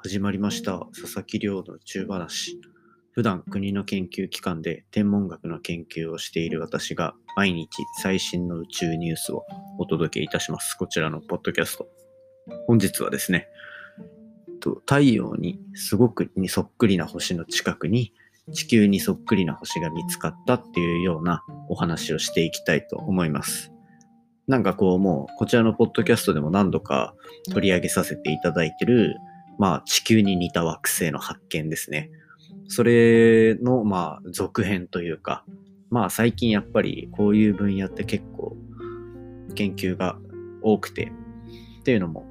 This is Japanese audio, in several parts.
始まりました佐々木亮の宇宙話。普段国の研究機関で天文学の研究をしている私が毎日最新の宇宙ニュースをお届けいたします。こちらのポッドキャスト。本日はですね、太陽にすごくそっくりな星の近くに地球にそっくりな星が見つかったっていうようなお話をしていきたいと思います。もうこちらのポッドキャストでも何度か取り上げさせていただいている地球に似た惑星の発見ですね。それの続編というか、最近やっぱりこういう分野って結構研究が多くて、っていうのも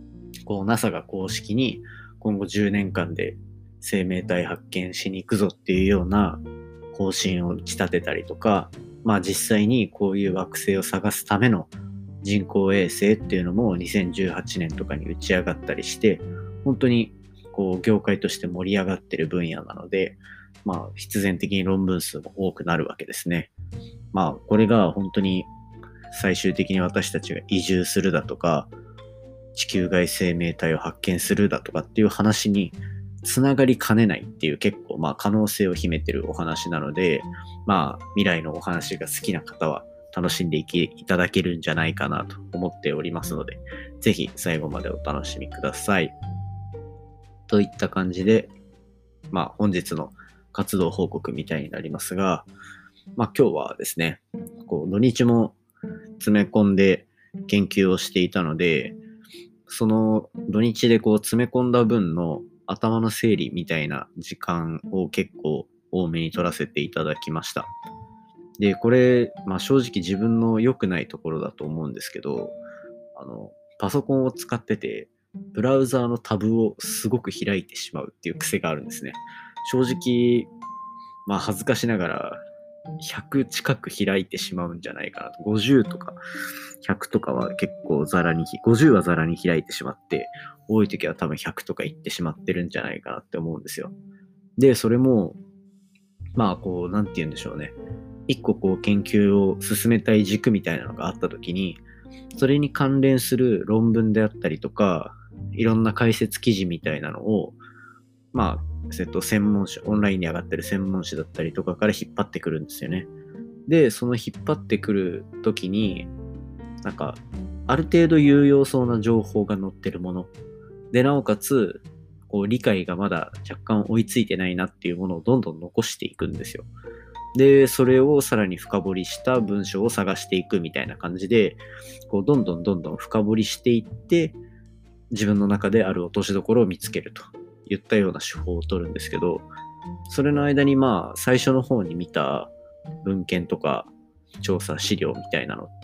NASA が公式に今後10年間で生命体発見しに行くぞっていうような方針を打ち立てたりとか、実際にこういう惑星を探すための人工衛星っていうのも2018年とかに打ち上がったりして、本当に業界として盛り上がってる分野なので、必然的に論文数も多くなるわけですね。これが本当に最終的に私たちが移住するだとか、地球外生命体を発見するだとかっていう話につながりかねないっていう結構可能性を秘めてるお話なので、未来のお話が好きな方は楽しんでいただけるんじゃないかなと思っておりますので、ぜひ最後までお楽しみください。といった感じで、本日の活動報告みたいになりますが、今日はですね、土日も詰め込んで研究をしていたので、その土日で詰め込んだ分の頭の整理みたいな時間を結構多めに取らせていただきました。で、これ、正直自分の良くないところだと思うんですけど、パソコンを使ってて、ブラウザーのタブをすごく開いてしまうっていう癖があるんですね。正直、恥ずかしながら100近く開いてしまうんじゃないかなと。50とか100とかは結構50はザラに開いてしまって、多い時は多分100とかいってしまってるんじゃないかなって思うんですよ。で、それも、なんて言うんでしょうね。一個研究を進めたい軸みたいなのがあった時に、それに関連する論文であったりとか、いろんな解説記事みたいなのを、専門誌、オンラインに上がってる専門誌だったりとかから引っ張ってくるんですよね。で、その引っ張ってくる時に、ある程度有用そうな情報が載ってるもの。で、なおかつ、理解がまだ若干追いついてないなっていうものをどんどん残していくんですよ。で、それをさらに深掘りした文章を探していくみたいな感じで、どんどん深掘りしていって、自分の中である落としどころを見つけるといったような手法を取るんですけど、それの間に最初の方に見た文献とか調査資料みたいなのって、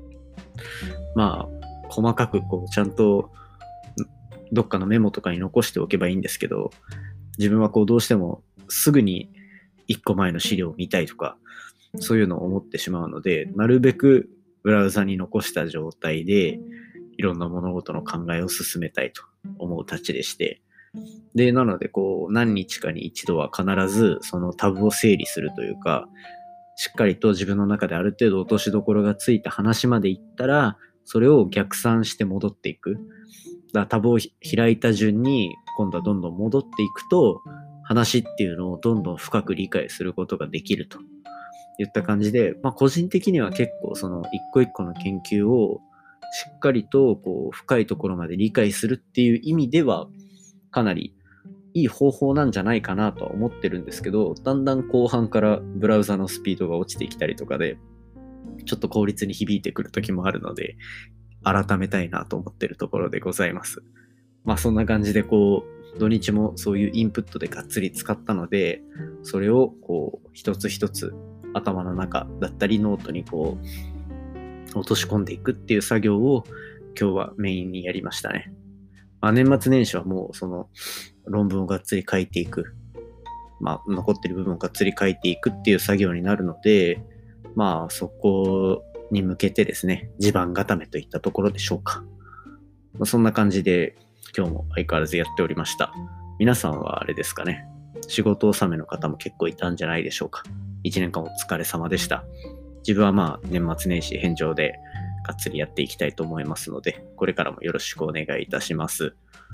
細かくちゃんとどっかのメモとかに残しておけばいいんですけど、自分はどうしてもすぐに1個前の資料を見たいとか、そういうのを思ってしまうので、なるべくブラウザに残した状態でいろんな物事の考えを進めたいと思うたちでして、で、なので何日かに一度は必ずそのタブを整理するというか、しっかりと自分の中である程度落としどころがついた話までいったら、それを逆算して戻っていく。だからタブを開いた順に今度はどんどん戻っていくと、話っていうのをどんどん深く理解することができるといった感じで、個人的には結構その一個一個の研究をしっかりと深いところまで理解するっていう意味ではかなりいい方法なんじゃないかなとは思ってるんですけど、だんだん後半からブラウザのスピードが落ちてきたりとかで、ちょっと効率に響いてくる時もあるので、改めたいなと思ってるところでございます。そんな感じで土日もそういうインプットでがっつり使ったので、それを一つ一つ頭の中だったりノートに落とし込んでいくっていう作業を今日はメインにやりましたね。年末年始はもうその論文をがっつり書いていく、残ってる部分をがっつり書いていくっていう作業になるので、そこに向けてですね、地盤固めといったところでしょうか。そんな感じで今日も相変わらずやっておりました。皆さんはあれですかね、仕事納めの方も結構いたんじゃないでしょうか。1年間お疲れ様でした。自分は年末年始返上でがっつりやっていきたいと思いますので、これからもよろしくお願いいたします。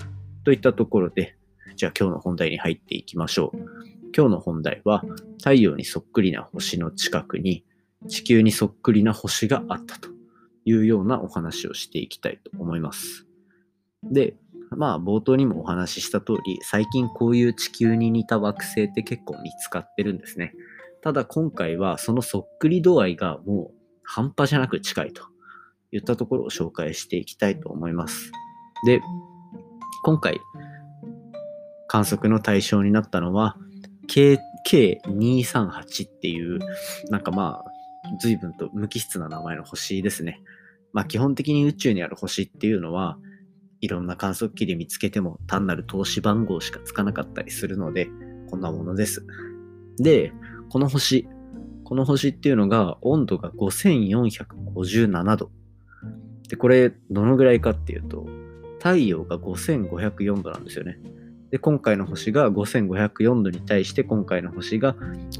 といったところで、じゃあ今日の本題に入っていきましょう。今日の本題は、太陽にそっくりな星の近くに地球にそっくりな星があったというようなお話をしていきたいと思います。で、冒頭にもお話しした通り、最近こういう地球に似た惑星って結構見つかってるんですね。ただ今回はそのそっくり度合いがもう半端じゃなく近いといったところを紹介していきたいと思います。で、今回観測の対象になったのは K238 っていう随分と無機質な名前の星ですね。基本的に宇宙にある星っていうのはいろんな観測器で見つけても単なる透視番号しかつかなかったりするので、こんなものです。で、この星っていうのが温度が5457度。で、これどのぐらいかっていうと、太陽が5504度なんですよね。で、今回の星が5504度に対して今回の星が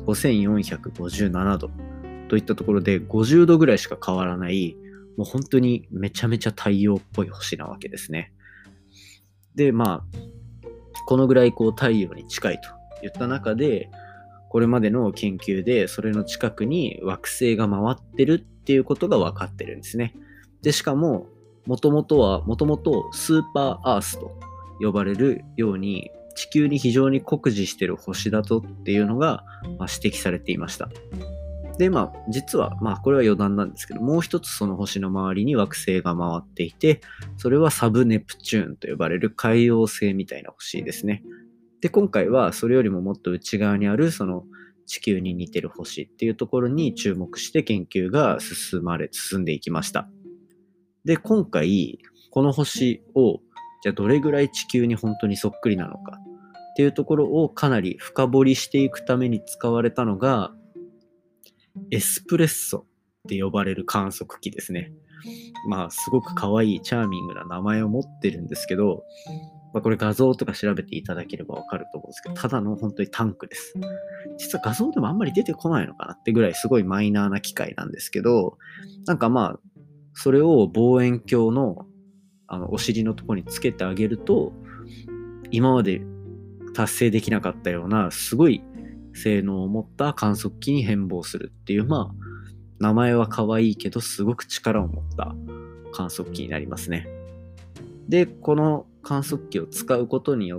5457度といったところで50度ぐらいしか変わらない、もう本当にめちゃめちゃ太陽っぽい星なわけですね。で、このぐらい太陽に近いといった中で、これまでの研究でそれの近くに惑星が回ってるっていうことが分かってるんですね。で、しかも、もともとスーパーアースと呼ばれるように地球に非常に酷似してる星だとっていうのが指摘されていました。で、実は、これは余談なんですけど、もう一つその星の周りに惑星が回っていて、それはサブネプチューンと呼ばれる海王星みたいな星ですね。で、今回はそれよりももっと内側にあるその地球に似てる星っていうところに注目して研究が進んでいきました。で、今回、この星を、じゃあどれぐらい地球に本当にそっくりなのかっていうところをかなり深掘りしていくために使われたのが、エスプレッソって呼ばれる観測器ですね。すごく可愛いチャーミングな名前を持ってるんですけど、これ画像とか調べていただければわかると思うんですけど、ただの本当にタンクです。実は画像でもあんまり出てこないのかなってぐらいすごいマイナーな機械なんですけど、それを望遠鏡のお尻のところにつけてあげると、今まで達成できなかったようなすごい性能を持った観測器に変貌するっていう、名前は可愛いけどすごく力を持った観測器になりますね。で、この観測器を使うことによって、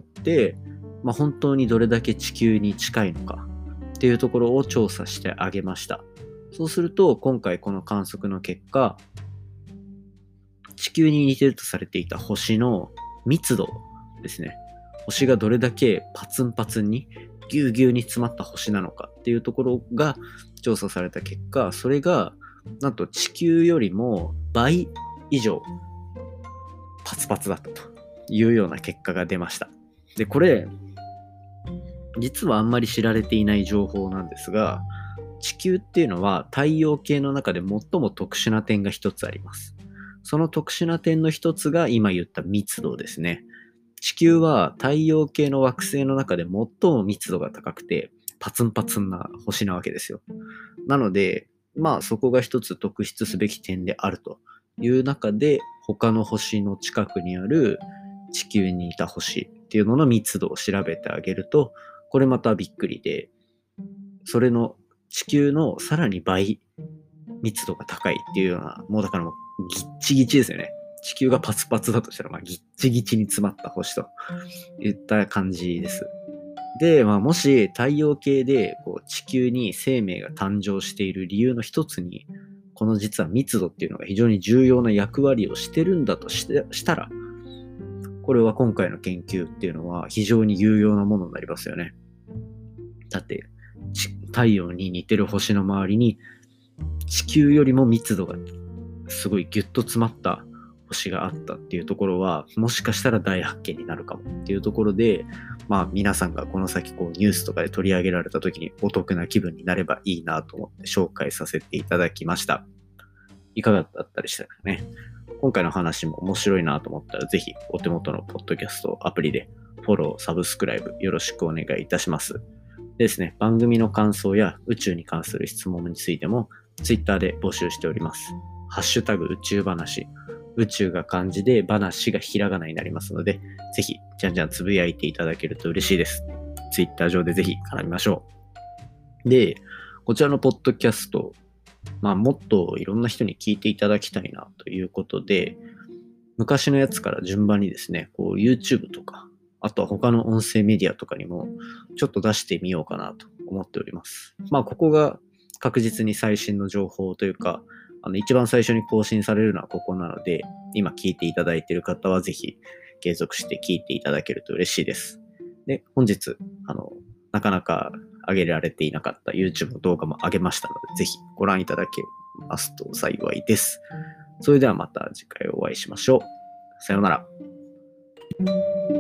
本当にどれだけ地球に近いのかっていうところを調査してあげました。そうすると、今回この観測の結果、地球に似てるとされていた星の密度ですね。星がどれだけパツンパツンにぎゅうぎゅうに詰まった星なのかっていうところが調査された結果、それがなんと地球よりも倍以上パツパツだったというような結果が出ました。で、これ実はあんまり知られていない情報なんですが、地球っていうのは太陽系の中で最も特殊な点が一つあります。その特殊な点の一つが今言った密度ですね。地球は太陽系の惑星の中で最も密度が高くてパツンパツンな星なわけですよ。なので、そこが一つ特筆すべき点であるという中で、他の星の近くにある地球に似た星っていうのの密度を調べてあげると、これまたびっくりで、それの地球のさらに倍密度が高いっていうような、もうだからもうギッチギチですよね。地球がパツパツだとしたら、ギッチギチに詰まった星といった感じです。で、もし太陽系で地球に生命が誕生している理由の一つに、この実は密度っていうのが非常に重要な役割をしてるんだとしたら、これは今回の研究っていうのは非常に有用なものになりますよね。だって、太陽に似てる星の周りに地球よりも密度がすごいギュッと詰まった星があったっていうところは、もしかしたら大発見になるかもっていうところで、皆さんがこの先ニュースとかで取り上げられた時にお得な気分になればいいなと思って紹介させていただきました。いかがだったでしたかね。今回の話も面白いなと思ったら、ぜひお手元のポッドキャストアプリでフォロー、サブスクライブよろしくお願いいたします。ですね、番組の感想や宇宙に関する質問についても Twitter で募集しております。ハッシュタグ宇宙話、 宇宙が漢字で話がひらがなになりますので、ぜひじゃんじゃんつぶやいていただけると嬉しいです。Twitter 上でぜひ絡みましょう。で、こちらのポッドキャスト、もっといろんな人に聞いていただきたいなということで、昔のやつから順番にですね、YouTube とか、あとは他の音声メディアとかにもちょっと出してみようかなと思っております。ここが確実に最新の情報というか、一番最初に更新されるのはここなので、今聞いていただいている方はぜひ継続して聞いていただけると嬉しいです。で、本日、なかなか上げられていなかった YouTube の動画も上げましたので、ぜひご覧いただけますと幸いです。それではまた次回お会いしましょう。さようなら。